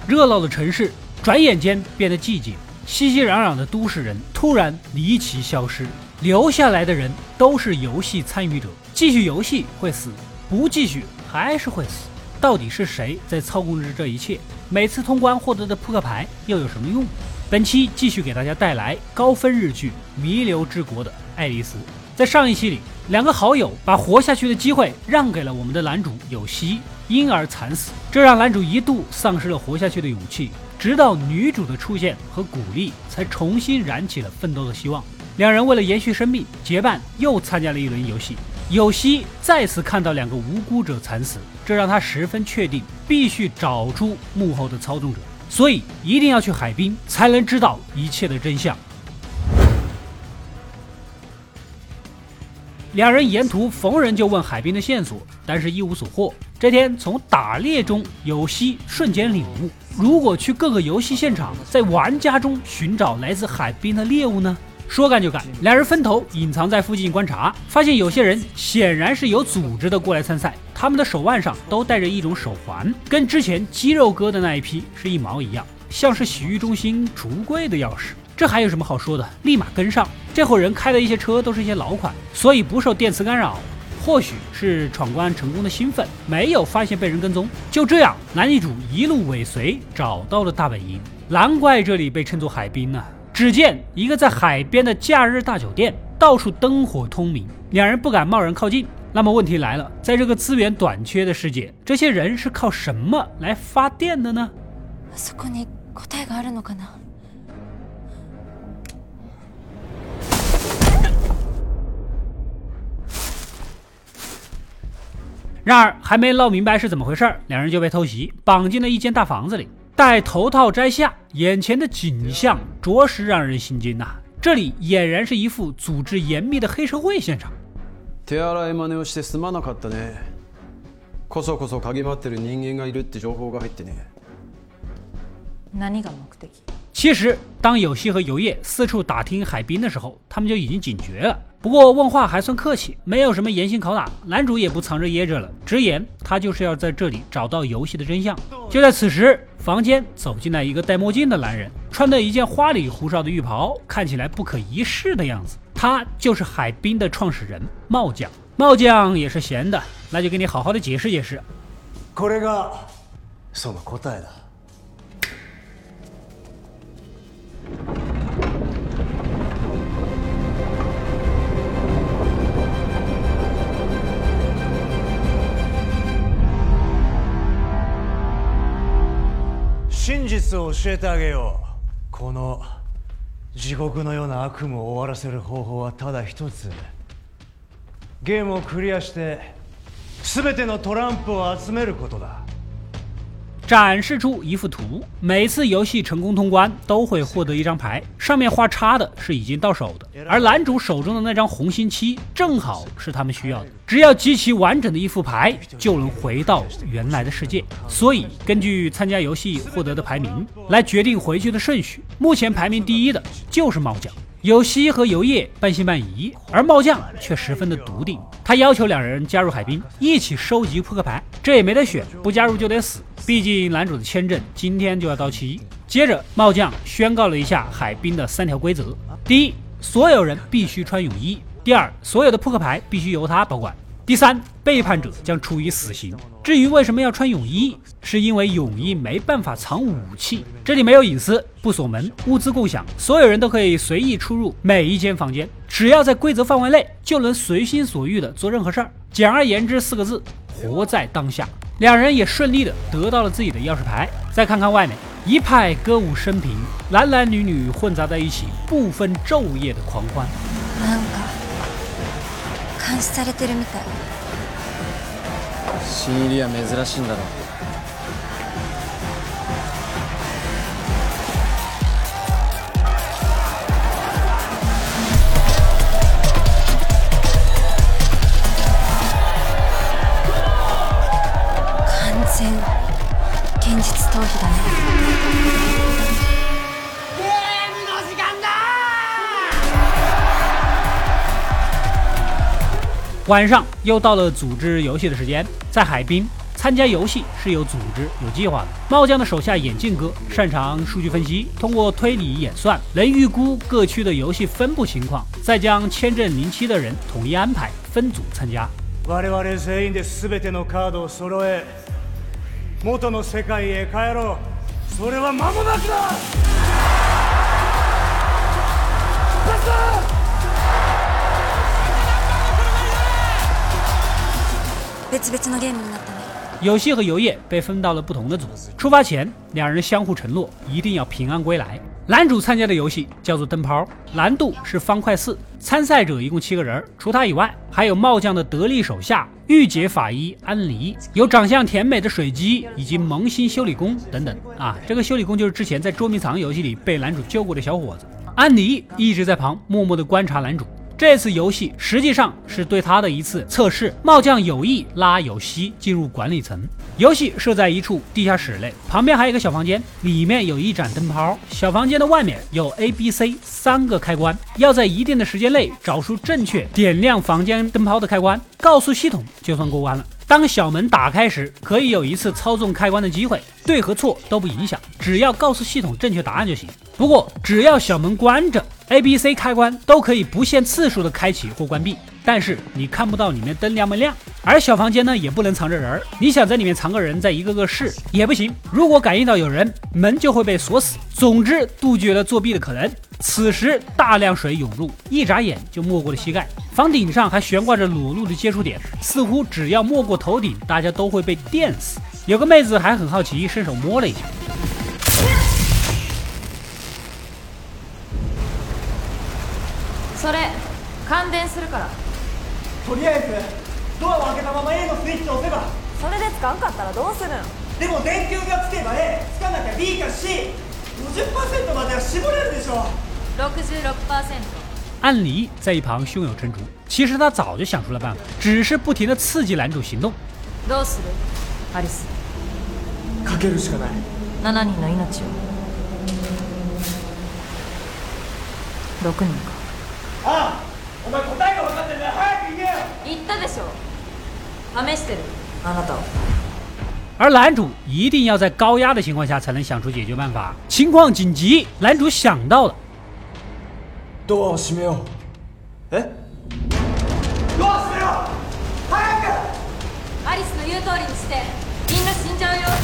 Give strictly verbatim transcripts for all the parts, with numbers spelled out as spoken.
热闹的城市转眼间变得寂静，熙熙攘攘的都市人突然离奇消失，留下来的人都是游戏参与者。继续游戏会死，不继续还是会死。到底是谁在操控着这一切？每次通关获得的扑克牌又有什么用？本期继续给大家带来高分日剧《弥留之国》的爱丽丝。在上一期里，两个好友把活下去的机会让给了我们的男主有希，因而惨死，这让男主一度丧失了活下去的勇气。直到女主的出现和鼓励，才重新燃起了奋斗的希望。两人为了延续生命，结伴又参加了一轮游戏。有希再次看到两个无辜者惨死，这让他十分确定必须找出幕后的操纵者，所以一定要去海滨才能知道一切的真相。两人沿途逢人就问海滨的线索，但是一无所获。这天从打猎中，有希瞬间领悟，如果去各个游戏现场，在玩家中寻找来自海滨的猎物呢？说干就干，两人分头隐藏在附近观察，发现有些人显然是有组织的过来参赛，他们的手腕上都戴着一种手环，跟之前肌肉哥的那一批是一毛一样，像是洗浴中心橱柜的钥匙。这还有什么好说的？立马跟上。这伙人开的一些车都是一些老款，所以不受电磁干扰。或许是闯关成功的兴奋，没有发现被人跟踪。就这样，男女主一路尾随，找到了大本营。难怪这里被称作海滨呢、啊。只见一个在海边的假日大酒店，到处灯火通明，两人不敢贸然靠近。那么问题来了，在这个资源短缺的世界，这些人是靠什么来发电的呢？ そこに答えがあるのかな？ 然而还没闹明白是怎么回事，两人就被偷袭，绑进了一间大房子里。待头套摘下，眼前的景象着实让人心惊呐、啊！这里俨然是一副组织严密的黑社会现场。 手洗い真似をしてすまなかったね。こそこそ嗅ぎ回ってる人間がいるって情報が入ってね。 何が目的？ 其实，当有希和游叶四处打听海滨的时候，他们就已经警觉了。不过问话还算客气，没有什么严刑拷打。男主也不藏着掖着了，直言他就是要在这里找到游戏的真相。就在此时，房间走进来一个戴墨镜的男人，穿的一件花里胡哨的浴袍，看起来不可一世的样子。他就是海滨的创始人茂将。茂将也是闲的，那就给你好好的解释解释。 これがその答えだ。真実を教えてあげよう。この地獄のような悪夢を終わらせる方法はただ一つ。ゲームをクリアして全てのトランプを集めることだ。 展示出一幅图，每次游戏成功通关都会获得一张牌，上面画叉的是已经到手的，而男主手中的那张红心七正好是他们需要的。只要集齐完整的一副牌，就能回到原来的世界。所以根据参加游戏获得的排名来决定回去的顺序，目前排名第一的就是茂将。有希和游叶半信半疑，而茂将却十分的笃定。他要求两人加入海滨，一起收集扑克牌。这也没得选，不加入就得死。毕竟男主的签证今天就要到期。接着，茂将宣告了一下海滨的三条规则：第一，所有人必须穿泳衣；第二，所有的扑克牌必须由他保管；第三，背叛者将处以死刑。至于为什么要穿泳衣，是因为泳衣没办法藏武器，这里没有隐私，不锁门，物资共享，所有人都可以随意出入每一间房间，只要在规则范围内，就能随心所欲的做任何事儿。简而言之四个字：活在当下。两人也顺利的得到了自己的钥匙牌。再看看外面，一派歌舞升平，男男女女混杂在一起，不分昼夜的狂欢。 なんか監視されてるみたい。 新入りは珍しいんだろ。 完全現実逃避だね。 ゲームの時間だ！ 晚上又到了组织游戏的时间，在海滨。 参加游戏是有组织、有计划的。帽将的手下眼镜哥擅长数据分析，通过推理演算，能预估各区的游戏分布情况，再将签证临期的人统一安排，分组参加。 我々全員で全てのカードを揃え、元の世界へ帰ろう。それは間もなくだ。 別々のゲームになったね。 有希和游叶被分到了不同的组，出发前两人相互承诺一定要平安归来。男主参加的游戏叫做灯泡，难度是方块四，参赛者一共七个人，除他以外还有帽将的得力手下御姐法医安妮，有长相甜美的水姬以及萌新修理工等等啊。这个修理工就是之前在捉迷藏游戏里被男主救过的小伙子。安妮一直在旁默默地观察男主。这次游戏实际上是对他的一次测试，帽将有意拉有希进入管理层。游戏设在一处地下室内，旁边还有一个小房间，里面有一盏灯泡。小房间的外面有 A、B、C 三个开关，要在一定的时间内找出正确点亮房间灯泡的开关，告诉系统就算过关了。当小门打开时，可以有一次操纵开关的机会，对和错都不影响，只要告诉系统正确答案就行。不过只要小门关着， A、B、C 开关都可以不限次数的开启或关闭，但是你看不到里面灯亮没亮。而小房间呢也不能藏着人，你想在里面藏个人，在一个个试也不行，如果感应到有人，门就会被锁死。总之杜绝了作弊的可能。此时大量水涌入，一眨眼就没过了膝盖。房顶上还悬挂着裸露的接触点，似乎只要没过头顶，大家都会被电死。有个妹子还很好奇，伸手摸了一下。 それ感電するから。 とりあえずドアを開けたまま A のスイッチを押せば。 それでつかんかったらどうするん。 でも電球がつけば A、つかなきゃ B か C、ごじゅっパーセント までは絞れるでしょ。 ろくじゅうろくパーセント。 安妮在一旁胸有成竹，其实她早就想出了办法，只是不停地刺激男主行动。 どうするアリス。 かけるしかない。 ななにんの命を。ろくにんか。 ああ、お前答えが分かってるなら早く言えよ。 言ったでしょ。試してるあなたを。 而男主一定要在高压的情况下才能想出解决办法。情况紧急，男主想到了。 ドアを閉めよう。え？ドア閉めろ！早く！ アリスの言う通りにして、みんな死んじゃうよ。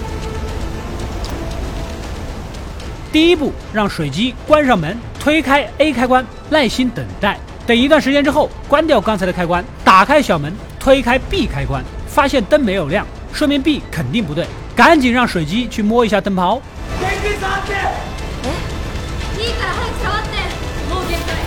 第一步，让水机关上门，推开 A 开关，耐心等待。等一段时间之后，关掉刚才的开关，打开小门，推开 B 开关，发现灯没有亮，说明 B 肯定不对，赶紧让水机去摸一下灯泡。 電球触って！ え？いいから早く触って。もう限界。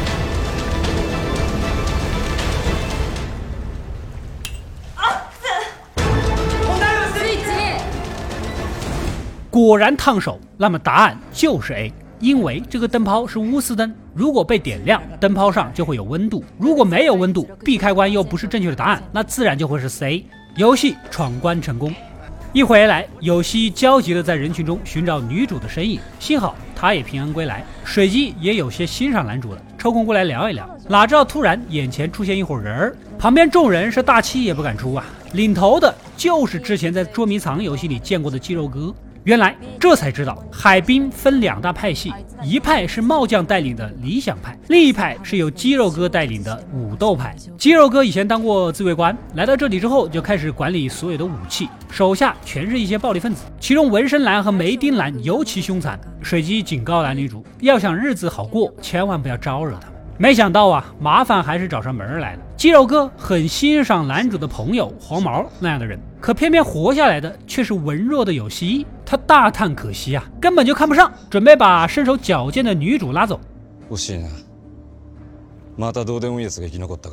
スイッチ A。 果然烫手，那么答案就是 A。因为这个灯泡是钨丝灯，如果被点亮，灯泡上就会有温度；如果没有温度 ，B 开关又不是正确的答案，那自然就会是 C。游戏闯关成功。一回来，有希焦急地在人群中寻找女主的身影，幸好她也平安归来。水姬也有些欣赏男主了，抽空过来聊一聊。哪知道突然眼前出现一伙人儿，旁边众人是大气也不敢出啊。领头的就是之前在捉迷藏游戏里见过的肌肉哥。原来这才知道，海滨分两大派系，一派是帽将带领的理想派，另一派是由肌肉哥带领的武斗派。肌肉哥以前当过自卫官，来到这里之后就开始管理所有的武器，手下全是一些暴力分子，其中纹身男和梅丁男尤其凶残。水姬警告男女主，要想日子好过，千万不要招惹他们。没想到啊，麻烦还是找上门来了。肌肉哥很欣赏男主的朋友黄毛那样的人，可偏偏活下来的却是文弱的有希。他大叹可惜啊，根本就看不上，准备把身手矫健的女主拉走。 惜しいな。またどうでもいいやつが生き残ったか。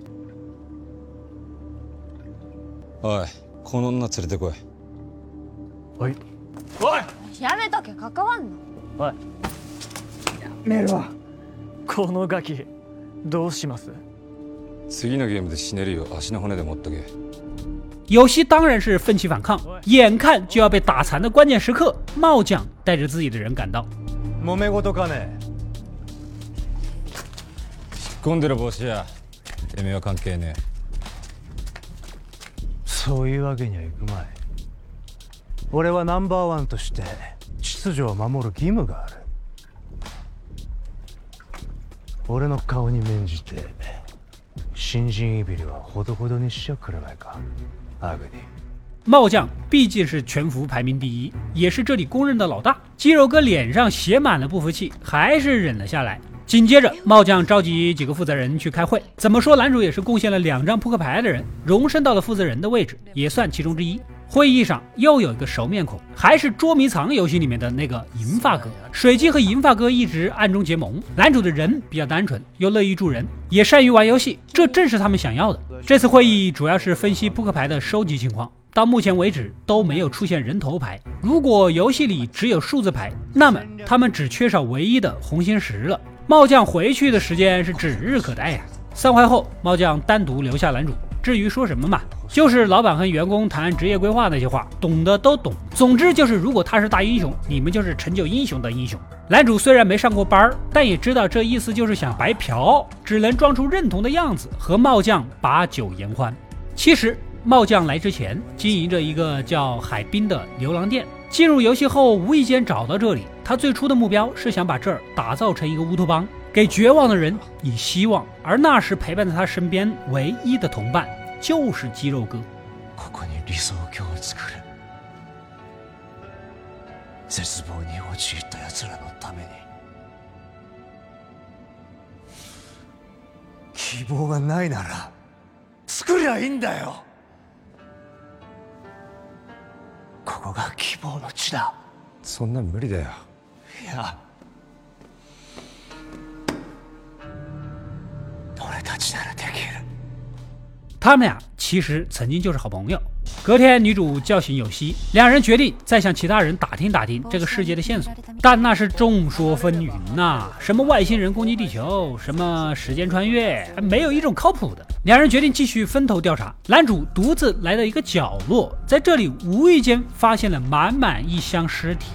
おい、この女連れてこい。 おい。おい。 やめとけ、関わんの。 おい。やめろ。このガキどうします？ 次のゲームで死ねるよ。足の骨で持っとけ。 有希当然是奋起反抗，眼看就要被打残的关键时刻，帽将带着自己的人赶到。 揉め事かね。 引っ込んでる帽子や。てめえは関係ねえ。 そういうわけにはいくまい。俺はナンバーワンとして秩序を守る義務がある。俺の顔に免じて新人いびりはほどほどにしちゃくれないか、アグニ。 帽将毕竟是全服排名第一，也是这里公认的老大。肌肉哥脸上写满了不服气，还是忍了下来。紧接着，帽将召集几个负责人去开会。怎么说，男主也是贡献了两张扑克牌的人，荣升到了负责人的位置，也算其中之一。会议上又有一个熟面孔，还是捉迷藏游戏里面的那个银发哥。水晶和银发哥一直暗中结盟。男主的人比较单纯，又乐意助人，也善于玩游戏，这正是他们想要的。这次会议主要是分析扑克牌的收集情况。到目前为止都没有出现人头牌，如果游戏里只有数字牌，那么他们只缺少唯一的红心十了。帽将回去的时间是指日可待呀。散会后，帽将单独留下男主，至于说什么嘛，就是老板和员工谈职业规划那些话，懂的都懂。总之就是，如果他是大英雄，你们就是成就英雄的英雄。男主虽然没上过班，但也知道这意思就是想白嫖，只能装出认同的样子，和帽将把酒言欢。其实帽将来之前经营着一个叫海滨的牛郎店，进入游戏后无意间找到这里。他最初的目标是想把这儿打造成一个乌托邦，给绝望的人以希望。而那时陪伴在他身边唯一的同伴就是肌肉哥。 ここに理想郷を作る。絶望に陥った奴らのために。希望がないなら作りゃいいんだよ。ここが希望の地だ。 そんなん無理だよ。 いや、俺たちならできる。 他们俩其实曾经就是好朋友。隔天，女主叫醒有希，两人决定再向其他人打听打听这个世界的线索，但那是众说纷纭呐、啊，什么外星人攻击地球，什么时间穿越，没有一种靠谱的。两人决定继续分头调查。男主独自来到一个角落，在这里无意间发现了满满一箱尸体。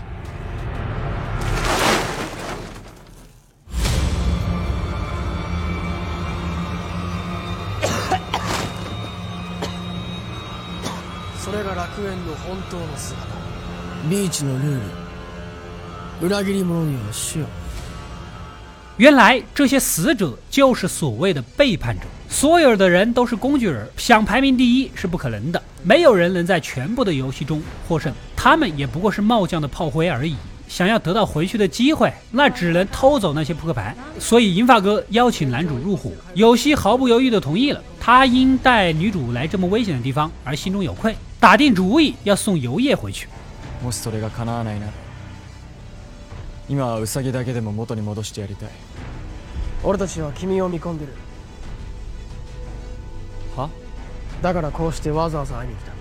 それが楽園の本当の姿。ビーチのルール。裏切り者には死を。 原来这些死者就是所谓的背叛者，所有的人都是工具人，想排名第一是不可能的，没有人能在全部的游戏中获胜，他们也不过是帽将的炮灰而已。想要得到回去的机会，那只能偷走那些扑克牌。所以银发哥邀请男主入伙，有希毫不犹豫地同意了。他因带女主来这么危险的地方而心中有愧，打定主意要送油叶回去。 もしそれが叶わないなら、今はウサギだけでも元に戻してやりたい。 俺たちは君を見込んでる。 は？ だからこうしてわざわざ会いに来た。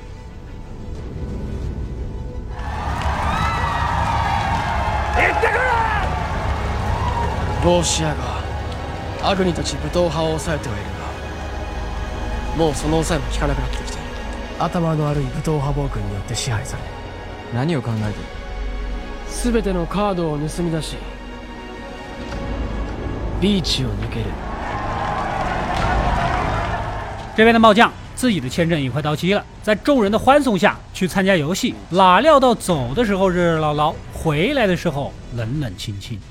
ローシアがアグニたち武闘派を抑えてはいるが、もうその抑えも効かなくなってきて、頭の悪い武闘派暴君によって支配され、 何を考えてる？ 全てのカードを盗み出し、ビーチを抜ける。 这边的帽将自己的签证也快到期了，在众人的欢送下去参加游戏，哪料到走的时候热热闹闹，回来的时候冷冷清清。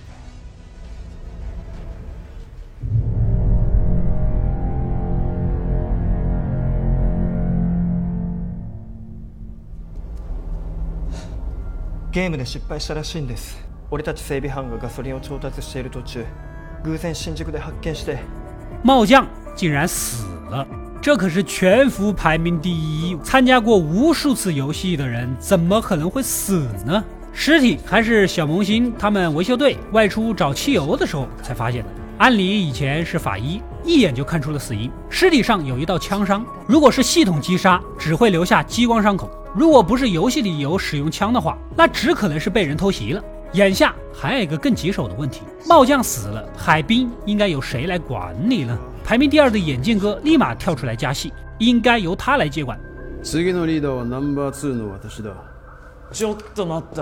ゲームで失敗したらしいんです。俺たち整備班がガソリンを調達している途中、偶然新宿で発見して。 帽将竟然死了，这可是全服排名第一，参加过无数次游戏的人，怎么可能会死呢？尸体还是小萌新他们维修队外出找汽油的时候才发现的。安里以前是法医，一眼就看出了死因，尸体上有一道枪伤，如果是系统击杀，只会留下激光伤口。如果不是游戏里有使用枪的话，那只可能是被人偷袭了。眼下还有一个更棘手的问题，帽将死了，海滨应该由谁来管理呢？排名第二的眼镜哥立马跳出来加戏，应该由他来接管。 次のリーダーはナンバーツーの私だ。 ちょっと待った。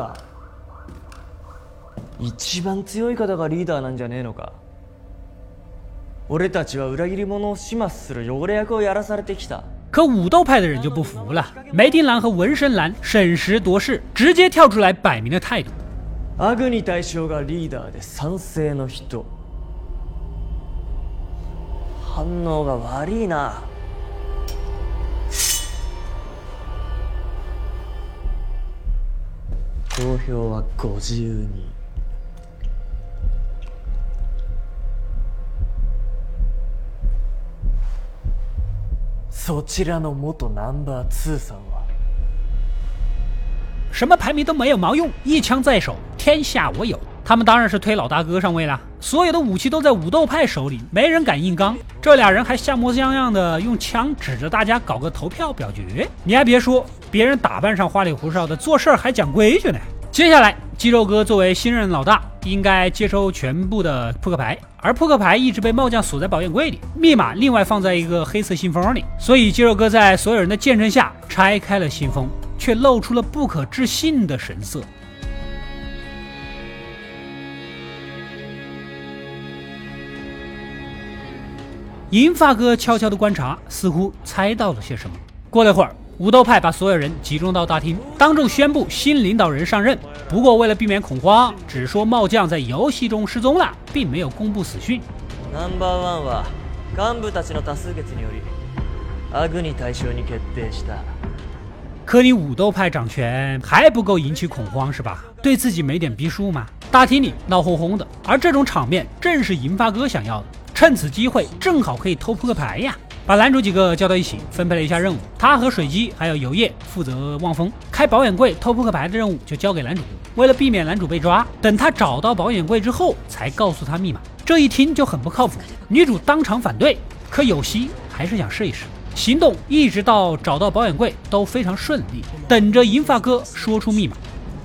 一番強い方がリーダーなんじゃねえのか。俺たちは裏切り者を始末する汚れ役をやらされてきた。 可武斗派的人就不服了，梅丁兰和纹身兰审时度势，直接跳出来摆明了态度。 アグニ大将がリーダーで賛成の人。反応が悪いな。投票はごじゅうに。そちらの元ナンバーツーさんは。 什么排名都没有毛用，一枪在手，天下我有。他们当然是推老大哥上位啦，所有的武器都在武斗派手里，没人敢硬刚。这俩人还像模像样的用枪指着大家搞个投票表决。你还别说，别人打扮上花里胡哨的，做事还讲规矩呢。接下来，肌肉哥作为新任老大，应该接收全部的扑克牌，而扑克牌一直被帽将锁在保险柜里，密码另外放在一个黑色信封里。所以肌肉哥在所有人的见证下拆开了信封，却露出了不可置信的神色。银发哥悄悄地观察，似乎猜到了些什么。过了一会儿，武斗派把所有人集中到大厅，当众宣布新领導人上任。不过为了避免恐慌，只说帽将在游戏中失踪了，并没有公布死讯。 ナンバーワンは幹部たちの多数決によりアグニ大将に決定した。 可你武斗派掌权还不够引起恐慌是吧？对自己没点逼数吗？大厅里闹哄哄的，而这种场面正是银发哥想要的。趁此机会，正好可以偷扑克牌呀！把男主几个叫到一起，分配了一下任务。他和水姬还有游叶负责望风，开保险柜偷扑克牌的任务就交给男主。为了避免男主被抓，等他找到保险柜之后，才告诉他密码。这一听就很不靠谱，女主当场反对，可有希还是想试一试。行动一直到找到保险柜都非常顺利，等着银发哥说出密码。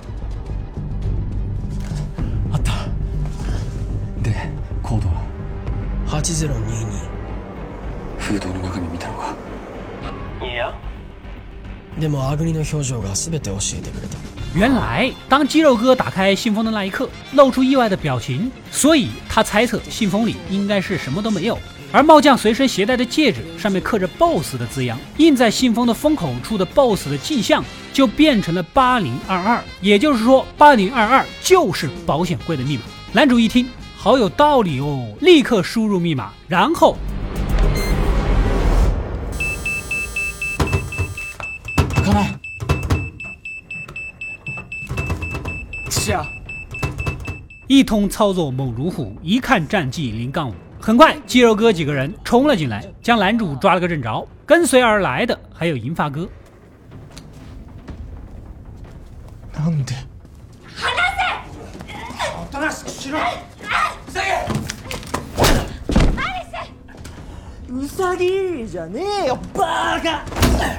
あった。で、コードははちゼロにに。 封筒の中身見たのか？ いや。でもアグニの表情が全て教えてくれた。 原来，当肌肉哥打开信封的那一刻，露出意外的表情，所以他猜测信封里应该是什么都没有。而帽将随身携带的戒指上面刻着 B O S S 的字样，印在信封的封口处的 B O S S 的镜像就变成了八零二二，也就是说八零二二就是保险柜的密码。男主一听，好有道理哦，立刻输入密码，然后开ない。是啊， 一通操作猛如虎，一看战绩零杠五。很快，肌肉哥几个人冲了进来，将男主抓了个正着。跟随而来的还有银发哥。 なんで？ 離せ！ おとなしくしろ！ ウサギ！ウサギじゃねえよ、バーカ！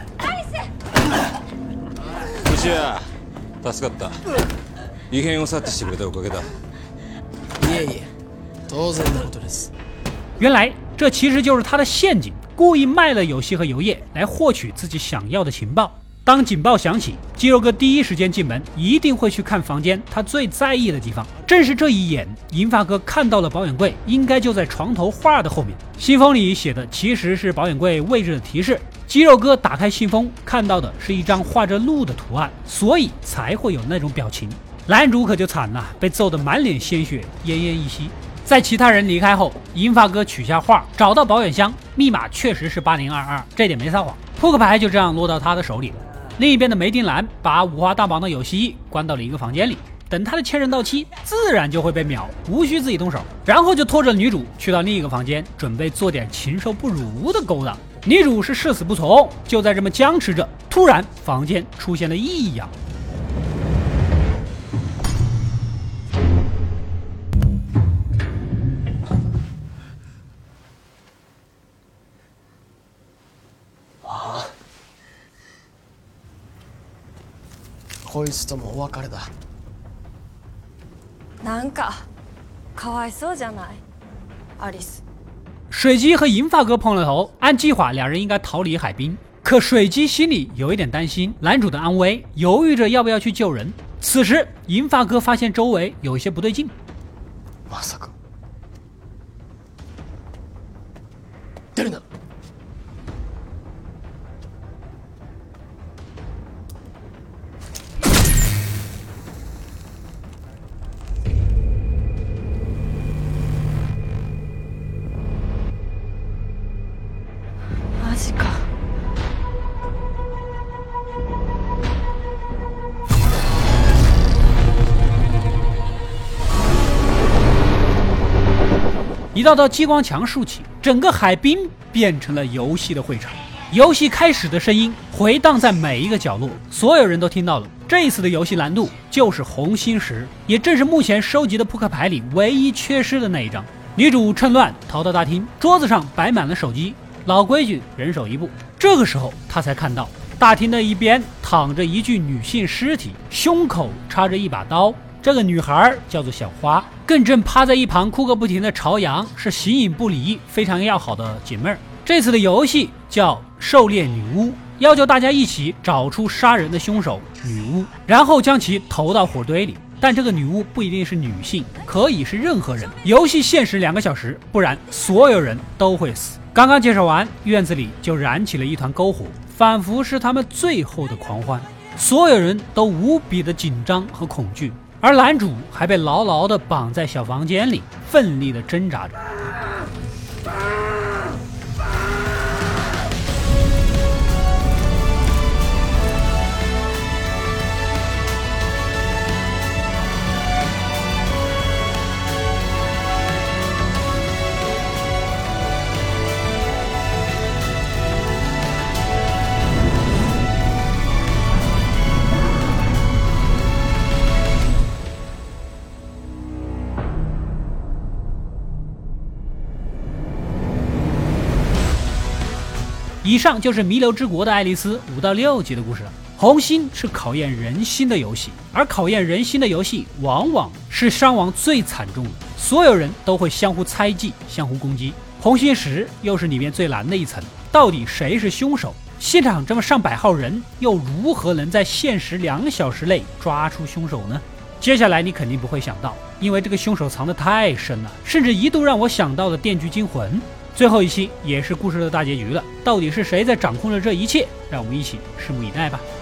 藤谷、助かった。異変を察知してくれたおかげだ。 いえいえ、当然のことです。 原来这其实就是他的陷阱，故意卖了有希和游叶来获取自己想要的情报。当警报响起，肌肉哥第一时间进门，一定会去看房间他最在意的地方。正是这一眼，银发哥看到了保险柜应该就在床头画的后面。信封里写的其实是保险柜位置的提示。肌肉哥打开信封，看到的是一张画着鹿的图案，所以才会有那种表情。男主可就惨了，被揍得满脸鲜血，奄奄一息。在其他人离开后，银发哥取下画，找到保险箱，密码确实是八零二二，这点没撒谎。扑克牌就这样落到他的手里了。另一边的梅丁兰把五花大绑的有希关到了一个房间里，等他的千人到期，自然就会被秒，无需自己动手。然后就拖着女主去到另一个房间，准备做点禽兽不如的勾当。女主是誓死不从，就在这么僵持着，突然房间出现了异样。 こいつともお別れだ。 なんかかわいそうじゃないアリス。 水姬和银发哥碰了头，按计划两人应该逃离海滨。可水姬心里有一点担心男主的安危，犹豫着要不要去救人。此时银发哥发现周围有一些不对劲。 まさか。出るな。 一道道激光墙竖起，整个海滨变成了游戏的会场。游戏开始的声音回荡在每一个角落，所有人都听到了。这一次的游戏难度就是红心十，也正是目前收集的扑克牌里唯一缺失的那一张。女主趁乱逃到大厅，桌子上摆满了手机，老规矩，人手一部。这个时候她才看到大厅的一边躺着一具女性尸体，胸口插着一把刀。这个女孩叫做小花，更正趴在一旁哭个不停的朝阳是形影不离、非常要好的姐妹儿。这次的游戏叫狩猎女巫，要求大家一起找出杀人的凶手女巫，然后将其投到火堆里。但这个女巫不一定是女性，可以是任何人。游戏限时两个小时，不然所有人都会死。刚刚介绍完，院子里就燃起了一团篝火，仿佛是他们最后的狂欢。所有人都无比的紧张和恐惧，而男主还被牢牢地绑在小房间里，奋力地挣扎着。以上就是《弥留之国的爱丽丝》五到六集的故事了。红心是考验人心的游戏，而考验人心的游戏往往是伤亡最惨重的，所有人都会相互猜忌、相互攻击。红心十又是里面最难的一层，到底谁是凶手？现场这么上百号人，又如何能在限时两小时内抓出凶手呢？接下来你肯定不会想到，因为这个凶手藏得太深了，甚至一度让我想到了《电锯惊魂》。最后一期也是故事的大结局了，到底是谁在掌控着这一切？让我们一起拭目以待吧。